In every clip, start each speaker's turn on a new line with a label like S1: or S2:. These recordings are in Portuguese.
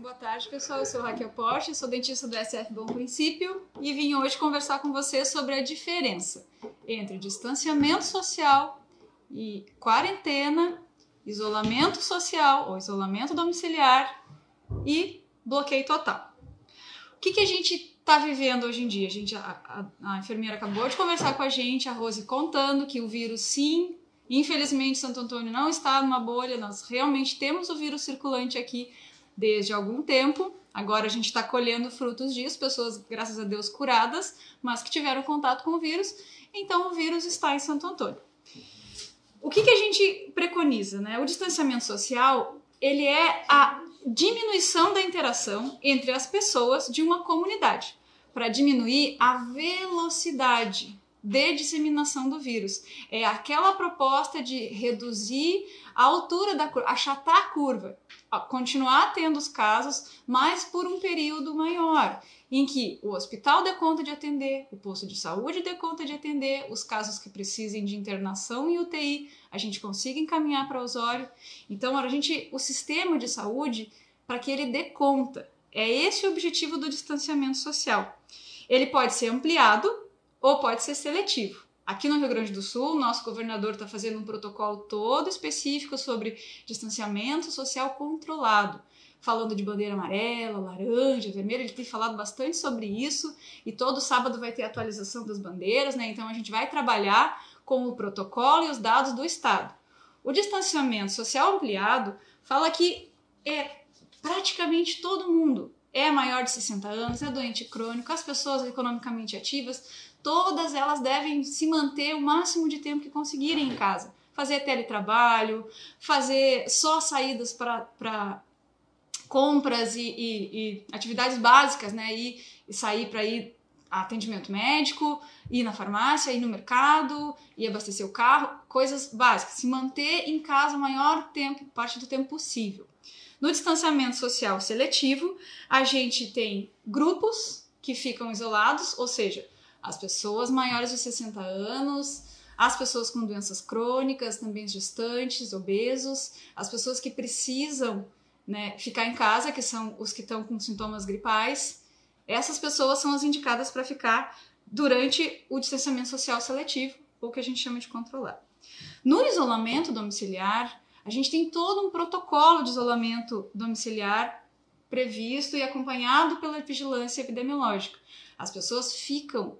S1: Boa tarde, pessoal. Eu sou Raquel Porsche, sou dentista do SF Bom Princípio e vim hoje conversar com vocês sobre a diferença entre distanciamento social e quarentena, isolamento social ou isolamento domiciliar e bloqueio total. O que a gente está vivendo hoje em dia? A enfermeira acabou de conversar com a gente, a Rose, contando que o vírus, sim, infelizmente Santo Antônio não está numa bolha, nós realmente temos o vírus circulante aqui desde algum tempo. Agora a gente está colhendo frutos disso, pessoas, graças a Deus, curadas, mas que tiveram contato com o vírus, então o vírus está em Santo Antônio. O que a gente preconiza, né? O distanciamento social, ele é a diminuição da interação entre as pessoas de uma comunidade, para diminuir a velocidade de disseminação do vírus. É aquela proposta de reduzir a altura da curva, achatar a curva, continuar tendo os casos, mas por um período maior, em que o hospital dê conta de atender, o posto de saúde dê conta de atender, os casos que precisem de internação e UTI, a gente consiga encaminhar para Osório. Então, o sistema de saúde, para que ele dê conta, é esse o objetivo do distanciamento social. Ele pode ser ampliado ou pode ser seletivo. Aqui no Rio Grande do Sul, nosso governador está fazendo um protocolo todo específico sobre distanciamento social controlado, falando de bandeira amarela, laranja, vermelha. Ele tem falado bastante sobre isso e todo sábado vai ter atualização das bandeiras, né? Então a gente vai trabalhar com o protocolo e os dados do estado. O distanciamento social ampliado fala que praticamente todo mundo é maior de 60 anos, é doente crônico, as pessoas economicamente ativas, todas elas devem se manter o máximo de tempo que conseguirem em casa. Fazer teletrabalho, fazer só saídas para compras e atividades básicas, né? E sair para ir a atendimento médico, ir na farmácia, ir no mercado, ir abastecer o carro, coisas básicas. Se manter em casa o maior tempo, parte do tempo possível. No distanciamento social seletivo, a gente tem grupos que ficam isolados, ou seja, as pessoas maiores de 60 anos, as pessoas com doenças crônicas, também gestantes, obesos, as pessoas que precisam, né, ficar em casa, que são os que estão com sintomas gripais. Essas pessoas são as indicadas para ficar durante o distanciamento social seletivo, ou que a gente chama de controlado. No isolamento domiciliar, a gente tem todo um protocolo de isolamento domiciliar previsto e acompanhado pela vigilância epidemiológica. As pessoas ficam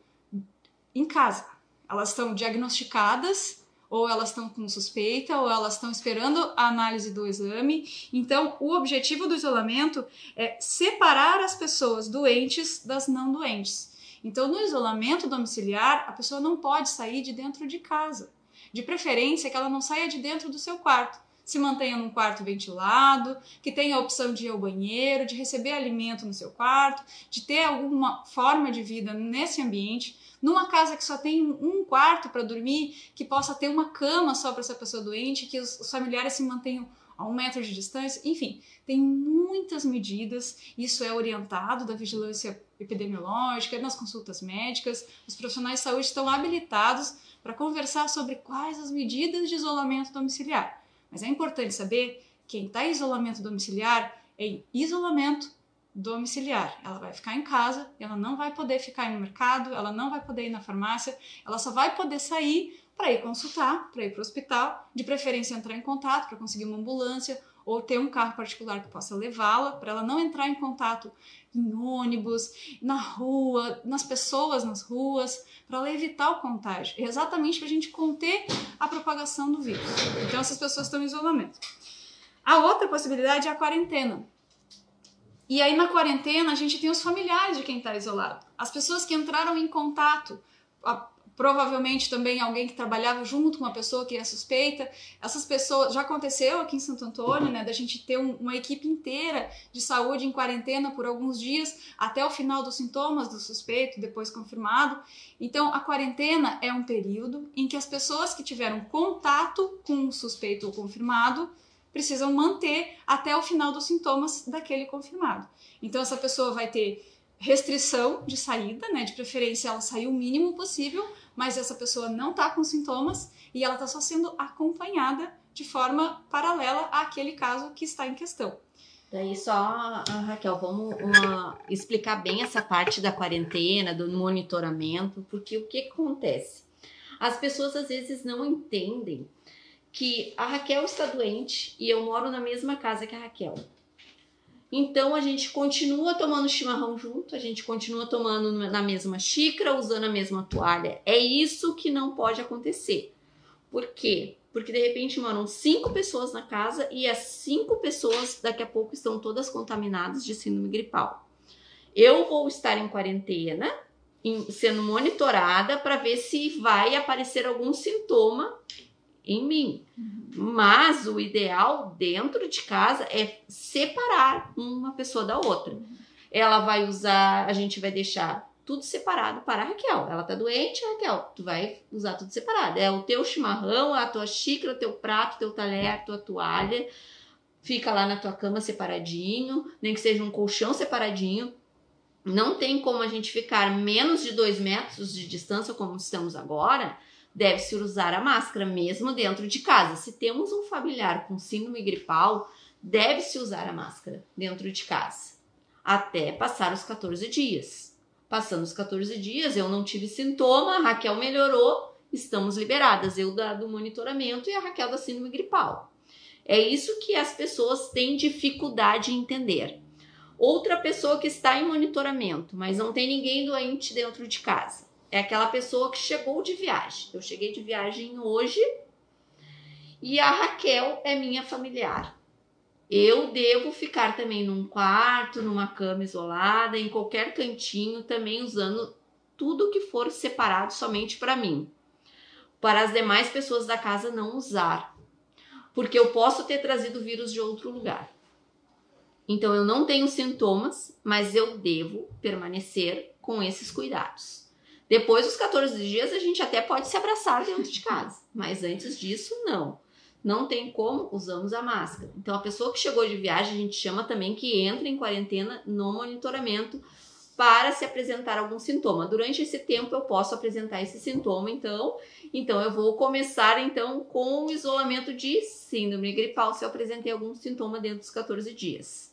S1: em casa, elas estão diagnosticadas, ou elas estão com suspeita, ou elas estão esperando a análise do exame. Então, o objetivo do isolamento é separar as pessoas doentes das não doentes. Então, no isolamento domiciliar, a pessoa não pode sair de dentro de casa. De preferência que ela não saia de dentro do seu quarto. Se mantenha num quarto ventilado, que tenha a opção de ir ao banheiro, de receber alimento no seu quarto, de ter alguma forma de vida nesse ambiente. Numa casa que só tem um quarto para dormir, que possa ter uma cama só para essa pessoa doente, que os familiares se mantenham a 1 metro de distância. Enfim, tem muitas medidas, isso é orientado da vigilância epidemiológica, nas consultas médicas. Os profissionais de saúde estão habilitados para conversar sobre quais as medidas de isolamento domiciliar. Mas é importante saber que quem está em isolamento domiciliar é em isolamento domiciliar. Ela vai ficar em casa, ela não vai poder ficar no mercado, ela não vai poder ir na farmácia, ela só vai poder sair para ir consultar, para ir para o hospital, de preferência entrar em contato para conseguir uma ambulância ou ter um carro particular que possa levá-la, para ela não entrar em contato em ônibus, na rua, nas pessoas nas ruas, para ela evitar o contágio. É exatamente para a gente conter a propagação do vírus. Então essas pessoas estão em isolamento. A outra possibilidade é a quarentena. E aí na quarentena a gente tem os familiares de quem está isolado. As pessoas que entraram em contato, provavelmente também alguém que trabalhava junto com uma pessoa que é suspeita. Essas pessoas, já aconteceu aqui em Santo Antônio, né, da gente ter uma equipe inteira de saúde em quarentena por alguns dias, até o final dos sintomas do suspeito, depois confirmado. Então, a quarentena é um período em que as pessoas que tiveram contato com o suspeito ou confirmado precisam manter até o final dos sintomas daquele confirmado. Então, essa pessoa vai ter restrição de saída, né? De preferência ela sair o mínimo possível, mas essa pessoa não está com sintomas e ela está só sendo acompanhada de forma paralela àquele caso que está em questão.
S2: Daí só, Raquel, vamos explicar bem essa parte da quarentena, do monitoramento, porque o que acontece? As pessoas às vezes não entendem que a Raquel está doente e eu moro na mesma casa que a Raquel. Então a gente continua tomando chimarrão junto, a gente continua tomando na mesma xícara, usando a mesma toalha. É isso que não pode acontecer. Por quê? Porque de repente moram 5 pessoas na casa e as 5 pessoas daqui a pouco estão todas contaminadas de síndrome gripal. Eu vou estar em quarentena, sendo monitorada para ver se vai aparecer algum sintoma em mim. Mas o ideal dentro de casa é separar uma pessoa da outra. Ela vai usar, a gente vai deixar tudo separado para a Raquel. Ela tá doente, Raquel, tu vai usar tudo separado. É o teu chimarrão, a tua xícara, o teu prato, o teu talher, a tua toalha. Fica lá na tua cama separadinho, nem que seja um colchão separadinho. Não tem como a gente ficar menos de 2 metros de distância como estamos agora. Deve-se usar a máscara mesmo dentro de casa. Se temos um familiar com síndrome gripal, deve-se usar a máscara dentro de casa até passar os 14 dias. Passando os 14 dias, eu não tive sintoma, a Raquel melhorou, estamos liberadas. Eu do monitoramento e a Raquel da síndrome gripal. É isso que as pessoas têm dificuldade em entender. Outra pessoa que está em monitoramento, mas não tem ninguém doente dentro de casa. É aquela pessoa que chegou de viagem. Eu cheguei de viagem hoje e a Raquel é minha familiar. Eu devo ficar também num quarto, numa cama isolada, em qualquer cantinho, também usando tudo que for separado somente para mim. Para as demais pessoas da casa não usar. Porque eu posso ter trazido o vírus de outro lugar. Então eu não tenho sintomas, mas eu devo permanecer com esses cuidados. Depois dos 14 dias a gente até pode se abraçar dentro de casa, mas antes disso não. Não tem como, usamos a máscara. Então a pessoa que chegou de viagem a gente chama também que entra em quarentena no monitoramento para se apresentar algum sintoma. Durante esse tempo eu posso apresentar esse sintoma, então eu vou começar então com o isolamento de síndrome gripal se eu apresentei algum sintoma dentro dos 14 dias.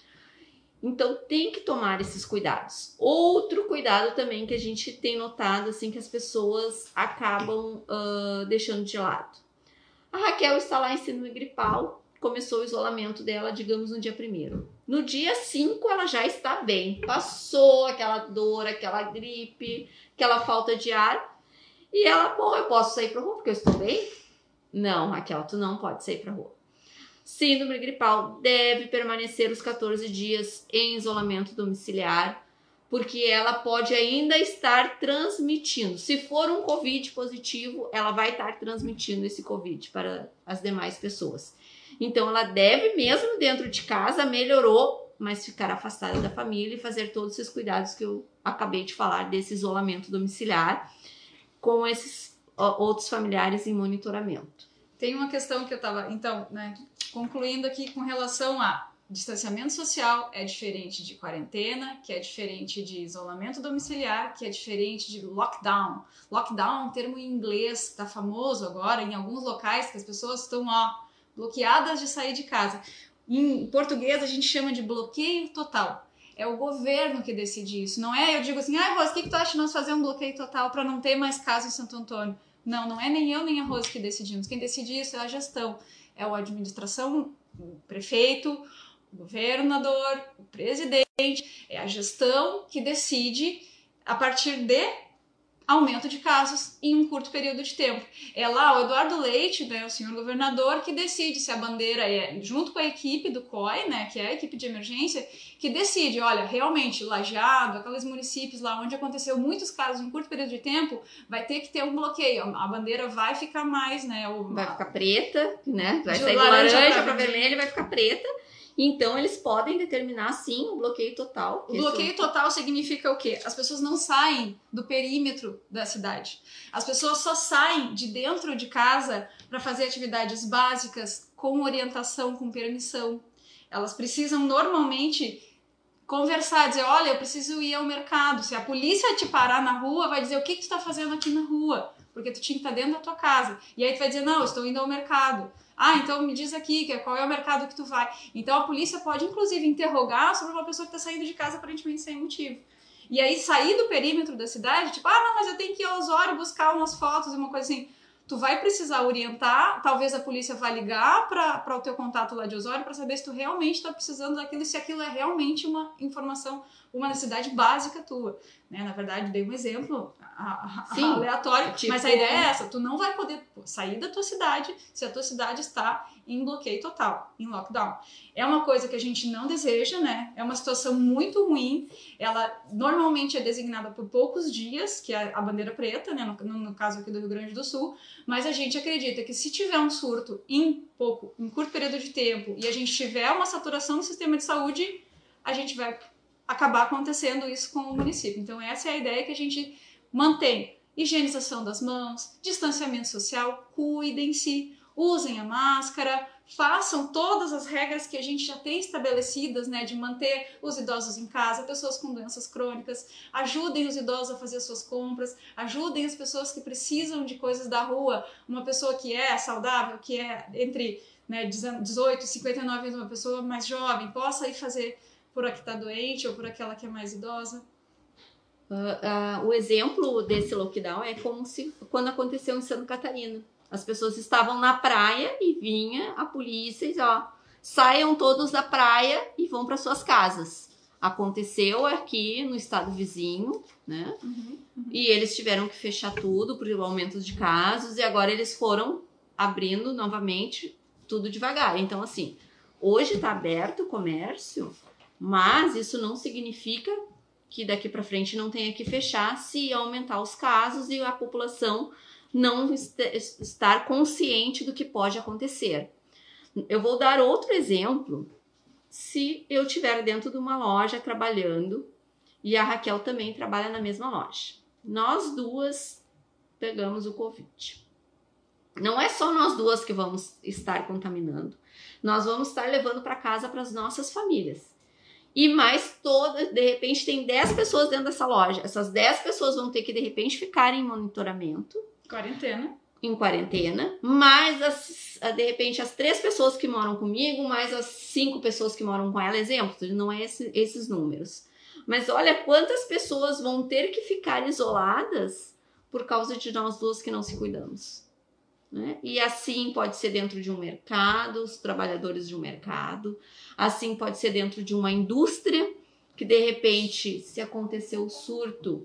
S2: Então tem que tomar esses cuidados. Outro cuidado também que a gente tem notado assim que as pessoas acabam deixando de lado. A Raquel está lá em síndrome gripal, começou o isolamento dela, digamos, no dia 1º. No dia 5 ela já está bem, passou aquela dor, aquela gripe, aquela falta de ar. E ela, bom, eu posso sair pra rua porque eu estou bem? Não, Raquel, tu não pode sair pra rua. Síndrome gripal deve permanecer os 14 dias em isolamento domiciliar, porque ela pode ainda estar transmitindo. Se for um Covid positivo, ela vai estar transmitindo esse Covid para as demais pessoas. Então, ela deve, mesmo dentro de casa, melhorou, mas ficar afastada da família e fazer todos esses cuidados que eu acabei de falar desse isolamento domiciliar com esses outros familiares em monitoramento.
S1: Tem uma questão que eu estava, concluindo aqui com relação a distanciamento social é diferente de quarentena, que é diferente de isolamento domiciliar, que é diferente de lockdown. Lockdown é um termo em inglês que está famoso agora em alguns locais que as pessoas estão bloqueadas de sair de casa. Em português a gente chama de bloqueio total. É o governo que decide isso. Não é, eu digo assim, Rose, o que tu acha de nós fazer um bloqueio total para não ter mais casos em Santo Antônio? Não é nem eu nem a Rose que decidimos. Quem decide isso é a gestão. É a administração, o prefeito, o governador, o presidente. É a gestão que decide a partir de aumento de casos em um curto período de tempo. É lá o Eduardo Leite, né, o senhor governador, que decide se a bandeira é, junto com a equipe do COI, né, que é a equipe de emergência, que decide, olha, realmente, Lajeado, aqueles municípios lá onde aconteceu muitos casos em um curto período de tempo, vai ter que ter um bloqueio. A bandeira vai ficar mais, né?
S2: Vai ficar preta, né? Vai sair de laranja para vermelho e vai ficar preta. Então, eles podem determinar, sim, o bloqueio total.
S1: O bloqueio total significa o quê? As pessoas não saem do perímetro da cidade. As pessoas só saem de dentro de casa para fazer atividades básicas com orientação, com permissão. Elas precisam, normalmente, conversar, dizer, olha, eu preciso ir ao mercado. Se a polícia te parar na rua, vai dizer, o que tu está fazendo aqui na rua? porque tu tinha que estar dentro da tua casa. E aí tu vai dizer, não, eu estou indo ao mercado. Ah, então me diz aqui qual é o mercado que tu vai. Então a polícia pode, inclusive, interrogar sobre uma pessoa que está saindo de casa aparentemente sem motivo. E aí sair do perímetro da cidade, tipo, ah, não, mas eu tenho que ir ao Osório buscar umas fotos e uma coisa assim. Tu vai precisar orientar, talvez a polícia vá ligar para o teu contato lá de Osório para saber se tu realmente está precisando daquilo e se aquilo é realmente uma informação, uma necessidade básica tua. Né? Na verdade, dei um exemplo aleatório, tipo... mas a ideia é essa, tu não vai poder sair da tua cidade se a tua cidade está em bloqueio total, em lockdown. É uma coisa que a gente não deseja, né? É uma situação muito ruim, ela normalmente é designada por poucos dias, que é a bandeira preta, né? No caso aqui do Rio Grande do Sul, mas a gente acredita que se tiver um surto em curto período de tempo e a gente tiver uma saturação no sistema de saúde, a gente vai acabar acontecendo isso com o município. Então essa é a ideia que a gente mantém. Higienização das mãos, distanciamento social, cuidem-se, usem a máscara, façam todas as regras que a gente já tem estabelecidas, né, de manter os idosos em casa, pessoas com doenças crônicas, ajudem os idosos a fazer suas compras, ajudem as pessoas que precisam de coisas da rua, uma pessoa que é saudável, que é entre 18 e 59 anos, uma pessoa mais jovem, possa ir fazer por a que está doente ou por aquela que é mais idosa.
S2: O exemplo desse lockdown é como se quando aconteceu em Santa Catarina. As pessoas estavam na praia e vinha a polícia e saiam todos da praia e vão para suas casas. Aconteceu aqui no estado vizinho, né? E eles tiveram que fechar tudo por aumento de casos e agora eles foram abrindo novamente tudo devagar. Então, assim, hoje está aberto o comércio, mas isso não significa que daqui para frente não tenha que fechar se aumentar os casos e a população não estar consciente do que pode acontecer. Eu vou dar outro exemplo. Se eu estiver dentro de uma loja trabalhando e a Raquel também trabalha na mesma loja. Nós duas pegamos o Covid. Não é só nós duas que vamos estar contaminando. Nós vamos estar levando para casa para as nossas famílias. E mais de repente tem 10 pessoas dentro dessa loja. Essas 10 pessoas vão ter que de repente ficar em monitoramento. Em quarentena. Mais de repente as 3 pessoas que moram comigo, mais as 5 pessoas que moram com ela. Exemplo, não é esses números. Mas olha quantas pessoas vão ter que ficar isoladas por causa de nós duas que não se cuidamos. Né? E assim pode ser dentro de um mercado, os trabalhadores de um mercado, assim pode ser dentro de uma indústria, que de repente, se acontecer o surto,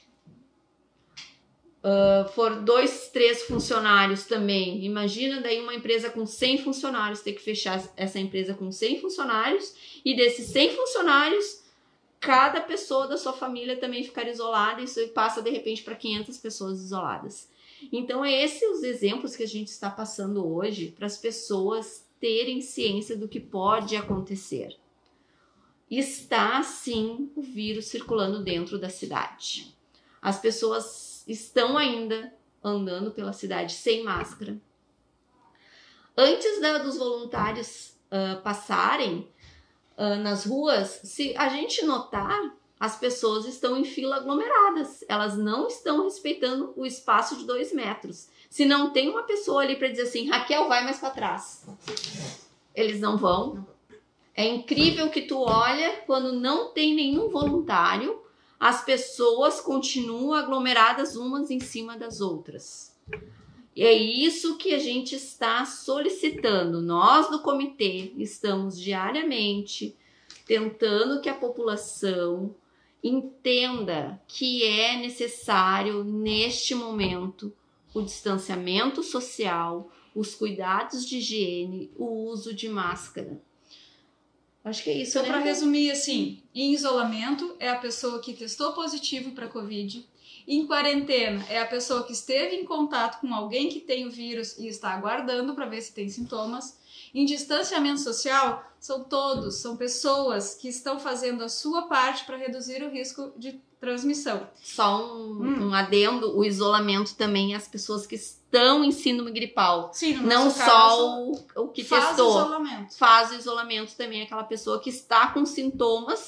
S2: for 2, 3 funcionários também, imagina daí uma empresa com 100 funcionários, ter que fechar essa empresa com 100 funcionários, e desses 100 funcionários, cada pessoa da sua família também ficar isolada, e isso passa de repente para 500 pessoas isoladas. Então, esses os exemplos que a gente está passando hoje para as pessoas terem ciência do que pode acontecer. Está, sim, o vírus circulando dentro da cidade. As pessoas estão ainda andando pela cidade sem máscara. Antes dos voluntários passarem nas ruas, se a gente notar, as pessoas estão em fila aglomeradas. Elas não estão respeitando o espaço de 2 metros. Se não tem uma pessoa ali para dizer assim, Raquel, vai mais para trás. Eles não vão. É incrível que tu olha, quando não tem nenhum voluntário, as pessoas continuam aglomeradas umas em cima das outras. E é isso que a gente está solicitando. Nós do comitê estamos diariamente tentando que a população entenda que é necessário, neste momento, o distanciamento social, os cuidados de higiene, o uso de máscara. Acho que é isso,
S1: então,
S2: né?
S1: Para resumir, assim, em isolamento é a pessoa que testou positivo para Covid. Em quarentena é a pessoa que esteve em contato com alguém que tem o vírus e está aguardando para ver se tem sintomas. Em distanciamento social, são pessoas que estão fazendo a sua parte para reduzir o risco de transmissão.
S2: Só um adendo, o isolamento também, as pessoas que estão em síndrome gripal.
S1: Sim, no
S2: não
S1: nosso
S2: só
S1: caso,
S2: o que
S1: faz
S2: testou.
S1: Isolamento.
S2: Faz o isolamento também, aquela pessoa que está com sintomas,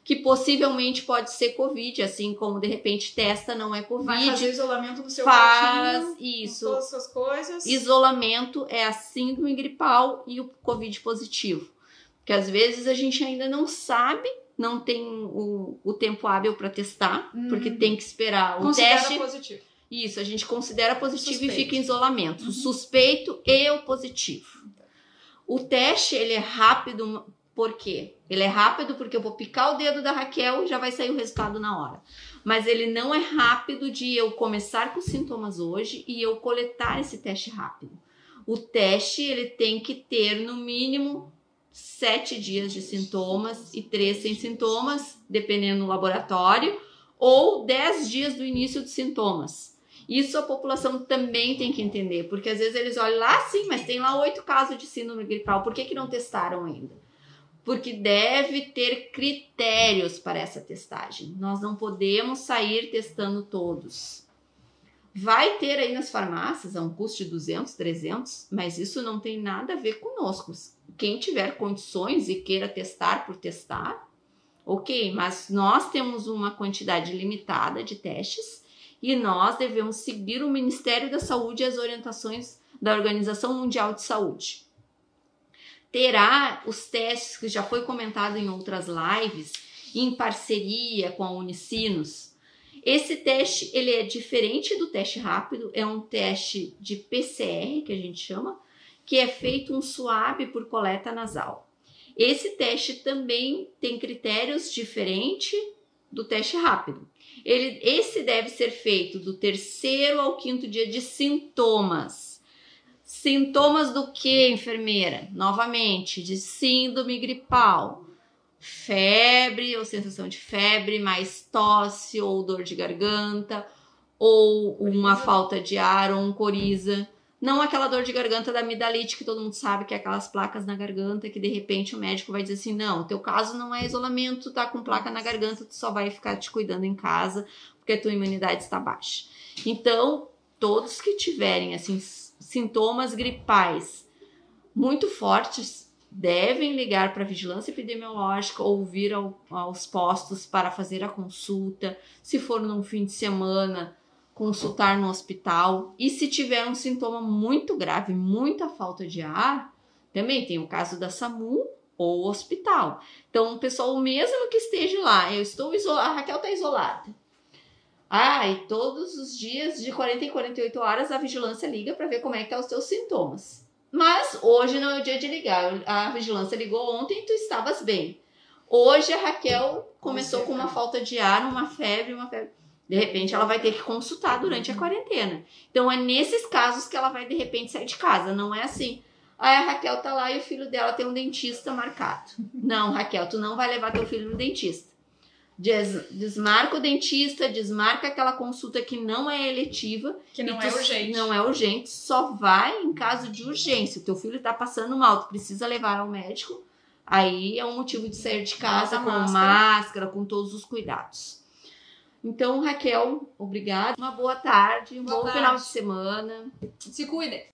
S2: que possivelmente pode ser Covid, assim como de repente testa, não é Covid.
S1: Vai fazer isolamento no seu
S2: faz
S1: quartinho,
S2: isso.
S1: com todas as suas coisas.
S2: Isolamento é a síndrome gripal e o Covid positivo. Porque às vezes a gente ainda não sabe, não tem o tempo hábil para testar, porque tem que esperar o teste.
S1: Positivo.
S2: Isso, a gente considera positivo
S1: Suspeito.
S2: E fica em isolamento. O suspeito e o positivo. O teste, ele é rápido. Por quê? Ele é rápido porque eu vou picar o dedo da Raquel e já vai sair o resultado na hora. Mas ele não é rápido de eu começar com os sintomas hoje e eu coletar esse teste rápido. O teste, ele tem que ter no mínimo 7 dias de sintomas e 3 sem sintomas, dependendo do laboratório, ou 10 dias do início dos sintomas. Isso a população também tem que entender, porque às vezes eles olham lá, sim, mas tem lá 8 casos de síndrome gripal, por que não testaram ainda? Porque deve ter critérios para essa testagem. Nós não podemos sair testando todos. Vai ter aí nas farmácias a um custo de 200, 300, mas isso não tem nada a ver conosco. Quem tiver condições e queira testar por testar, ok, mas nós temos uma quantidade limitada de testes e nós devemos seguir o Ministério da Saúde e as orientações da Organização Mundial de Saúde. Terá os testes que já foi comentado em outras lives, em parceria com a Unicinos. Esse teste, ele é diferente do teste rápido, é um teste de PCR, que a gente chama, que é feito um swab por coleta nasal. Esse teste também tem critérios diferentes do teste rápido. Esse deve ser feito do 3º ao 5º dia de sintomas. Sintomas do que, enfermeira? Novamente, de síndrome gripal. Febre ou sensação de febre, mais tosse ou dor de garganta, ou uma falta de ar ou um coriza. Não aquela dor de garganta da amidalite que todo mundo sabe que é aquelas placas na garganta que de repente o médico vai dizer assim, não, teu caso não é isolamento, tu tá com placa na garganta, tu só vai ficar te cuidando em casa porque a tua imunidade está baixa. Então, todos que tiverem assim sintomas gripais muito fortes devem ligar para a vigilância epidemiológica ou vir aos postos para fazer a consulta. Se for num fim de semana, consultar no hospital. E se tiver um sintoma muito grave, muita falta de ar, também tem o caso da SAMU ou hospital. Então, o pessoal, mesmo que esteja lá, eu estou isolada, a Raquel está isolada. E todos os dias, de 40 em 48 horas, a vigilância liga para ver como é que estão os teus sintomas. Mas hoje não é o dia de ligar. A vigilância ligou ontem e tu estavas bem. Hoje a Raquel começou com uma falta de ar, uma febre. De repente ela vai ter que consultar durante a quarentena. Então é nesses casos que ela vai de repente sair de casa. Não é assim, a Raquel tá lá e o filho dela tem um dentista marcado. Não, Raquel, tu não vai levar teu filho no dentista. Desmarca o dentista, desmarca aquela consulta que não é eletiva.
S1: Que não é urgente.
S2: Não é urgente, só vai em caso de urgência. O teu filho tá passando mal, tu precisa levar ao médico. Aí é um motivo de sair de casa com máscara, com todos os cuidados. Então, Raquel, obrigada. Uma boa tarde, um bom final de semana.
S1: Se cuidem.